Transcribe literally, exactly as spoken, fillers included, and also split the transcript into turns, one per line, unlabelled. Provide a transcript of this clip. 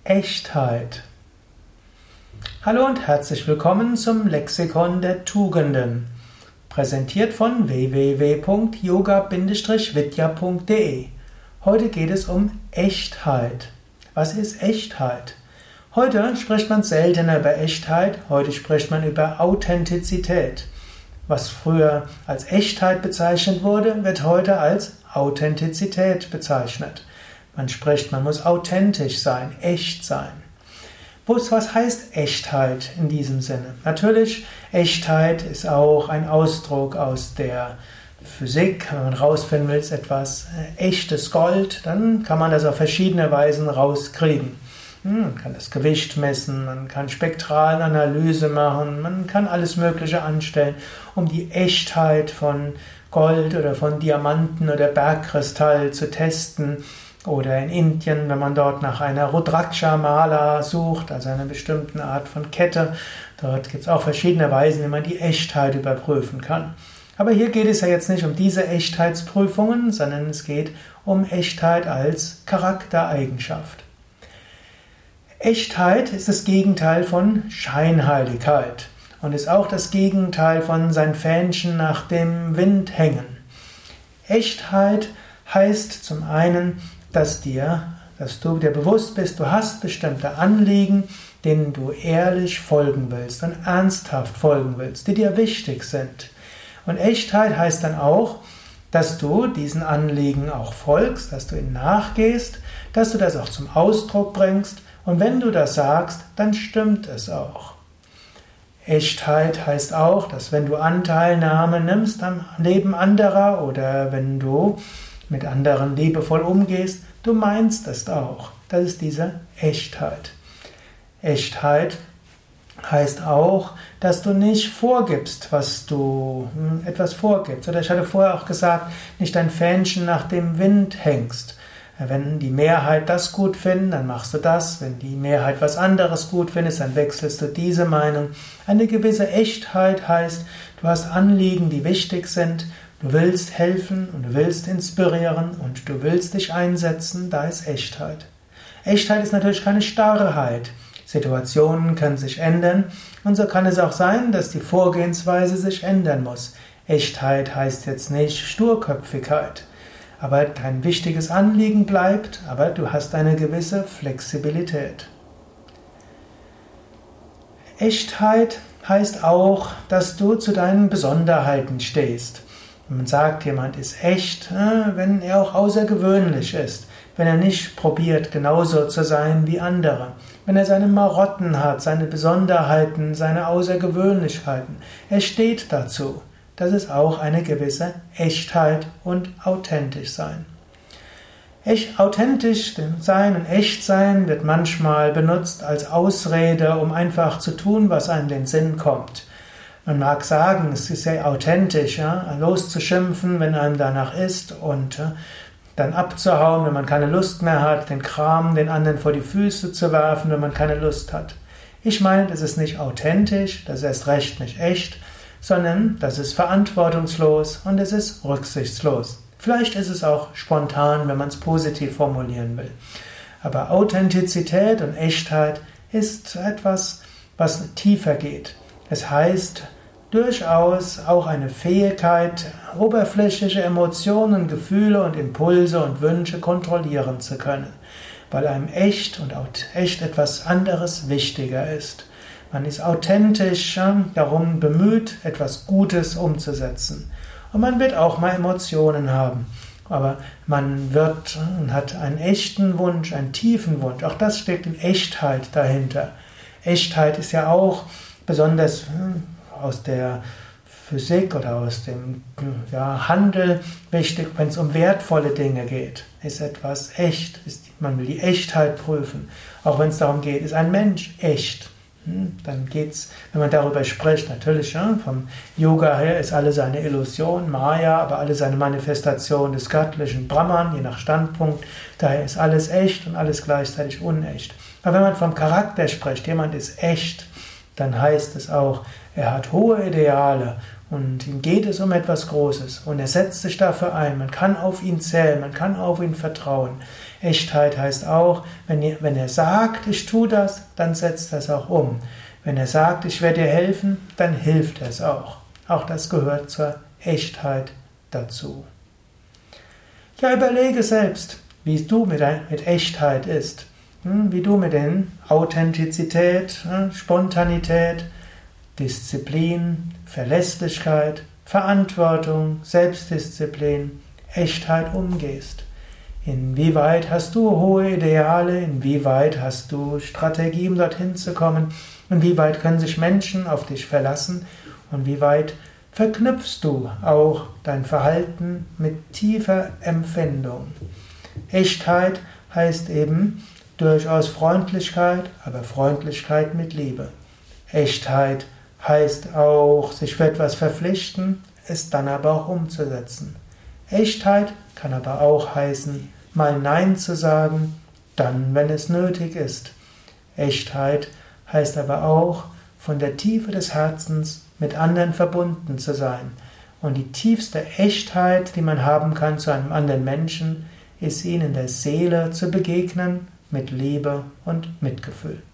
Echtheit. Hallo und herzlich willkommen zum Lexikon der Tugenden, präsentiert von w w w punkt yoga vidya punkt de. Heute geht es um Echtheit. Was ist Echtheit? Heute spricht man seltener über Echtheit, heute spricht man über Authentizität. Was früher als Echtheit bezeichnet wurde, wird heute als Authentizität bezeichnet. Man spricht, man muss authentisch sein, echt sein. Was heißt Echtheit in diesem Sinne? Natürlich, Echtheit ist auch ein Ausdruck aus der Physik. Wenn man rausfinden will, ist etwas echtes Gold, dann kann man das auf verschiedene Weisen rauskriegen. Man kann das Gewicht messen, man kann Spektralanalyse machen, man kann alles Mögliche anstellen, um die Echtheit von Gold oder von Diamanten oder Bergkristall zu testen. Oder in Indien, wenn man dort nach einer Rudraksha-Mala sucht, also einer bestimmten Art von Kette, dort gibt es auch verschiedene Weisen, wie man die Echtheit überprüfen kann. Aber hier geht es ja jetzt nicht um diese Echtheitsprüfungen, sondern es geht um Echtheit als Charaktereigenschaft. Echtheit ist das Gegenteil von Scheinheiligkeit und ist auch das Gegenteil von sein Fähnchen nach dem Wind hängen. Echtheit heißt zum einen, dass dir, dass du dir bewusst bist, du hast bestimmte Anliegen, denen du ehrlich folgen willst und ernsthaft folgen willst, die dir wichtig sind. Und Echtheit heißt dann auch, dass du diesen Anliegen auch folgst, dass du ihnen nachgehst, dass du das auch zum Ausdruck bringst und wenn du das sagst, dann stimmt es auch. Echtheit heißt auch, dass wenn du Anteilnahme nimmst am Leben anderer oder wenn du mit anderen liebevoll umgehst, du meinst es auch. Das ist diese Echtheit. Echtheit heißt auch, dass du nicht vorgibst, was du hm, etwas vorgibst. Oder ich hatte vorher auch gesagt, nicht dein Fähnchen nach dem Wind hängst. Wenn die Mehrheit das gut findet, dann machst du das. Wenn die Mehrheit was anderes gut findet, dann wechselst du diese Meinung. Eine gewisse Echtheit heißt, du hast Anliegen, die wichtig sind. Du willst helfen und du willst inspirieren und du willst dich einsetzen, da ist Echtheit. Echtheit ist natürlich keine Starrheit. Situationen können sich ändern und so kann es auch sein, dass die Vorgehensweise sich ändern muss. Echtheit heißt jetzt nicht Sturköpfigkeit, aber dein wichtiges Anliegen bleibt, aber du hast eine gewisse Flexibilität. Echtheit heißt auch, dass du zu deinen Besonderheiten stehst. Man sagt, jemand ist echt, wenn er auch außergewöhnlich ist, wenn er nicht probiert, genauso zu sein wie andere, wenn er seine Marotten hat, seine Besonderheiten, seine Außergewöhnlichkeiten. Er steht dazu. Das ist auch eine gewisse Echtheit und authentisch sein. Echt, authentisch sein und echt sein wird manchmal benutzt als Ausrede, um einfach zu tun, was einem in den Sinn kommt. Man mag sagen, es ist sehr authentisch, ja, loszuschimpfen, wenn einem danach ist und ja, dann abzuhauen, wenn man keine Lust mehr hat, den Kram den anderen vor die Füße zu werfen, wenn man keine Lust hat. Ich meine, das ist nicht authentisch, das ist erst recht nicht echt, sondern das ist verantwortungslos und es ist rücksichtslos. Vielleicht ist es auch spontan, wenn man es positiv formulieren will. Aber Authentizität und Echtheit ist etwas, was tiefer geht. Es heißt durchaus auch eine Fähigkeit, oberflächliche Emotionen, Gefühle und Impulse und Wünsche kontrollieren zu können, weil einem echt und echt etwas anderes wichtiger ist. Man ist authentisch darum bemüht, etwas Gutes umzusetzen. Und man wird auch mal Emotionen haben. Aber man wird und hat einen echten Wunsch, einen tiefen Wunsch. Auch das steckt in Echtheit dahinter. Echtheit ist ja auch besonders aus der Physik oder aus dem ja, Handel wichtig, wenn es um wertvolle Dinge geht. Ist etwas echt? Ist, man will die Echtheit prüfen. Auch wenn es darum geht, ist ein Mensch echt? Dann geht's, wenn man darüber spricht, natürlich, ja, vom Yoga her ist alles eine Illusion, Maya, aber alles eine Manifestation des göttlichen Brahman, je nach Standpunkt. Daher ist alles echt und alles gleichzeitig unecht. Aber wenn man vom Charakter spricht, jemand ist echt, dann heißt es auch, er hat hohe Ideale und ihm geht es um etwas Großes und er setzt sich dafür ein. Man kann auf ihn zählen, man kann auf ihn vertrauen. Echtheit heißt auch, wenn er, wenn er sagt, ich tue das, dann setzt er es auch um. Wenn er sagt, ich werde dir helfen, dann hilft er es auch. Auch das gehört zur Echtheit dazu. Ja, überlege selbst, wie du mit, mit Echtheit ist, wie du mit den Authentizität, Spontanität, Disziplin, Verlässlichkeit, Verantwortung, Selbstdisziplin, Echtheit umgehst. Inwieweit hast du hohe Ideale, inwieweit hast du Strategien, um dorthin zu kommen, inwieweit können sich Menschen auf dich verlassen und wie weit verknüpfst du auch dein Verhalten mit tiefer Empfindung. Echtheit heißt eben durchaus Freundlichkeit, aber Freundlichkeit mit Liebe. Echtheit heißt auch, sich für etwas verpflichten, es dann aber auch umzusetzen. Echtheit kann aber auch heißen, mal Nein zu sagen, dann, wenn es nötig ist. Echtheit heißt aber auch, von der Tiefe des Herzens mit anderen verbunden zu sein. Und die tiefste Echtheit, die man haben kann zu einem anderen Menschen, ist ihnen in der Seele zu begegnen mit Liebe und Mitgefühl.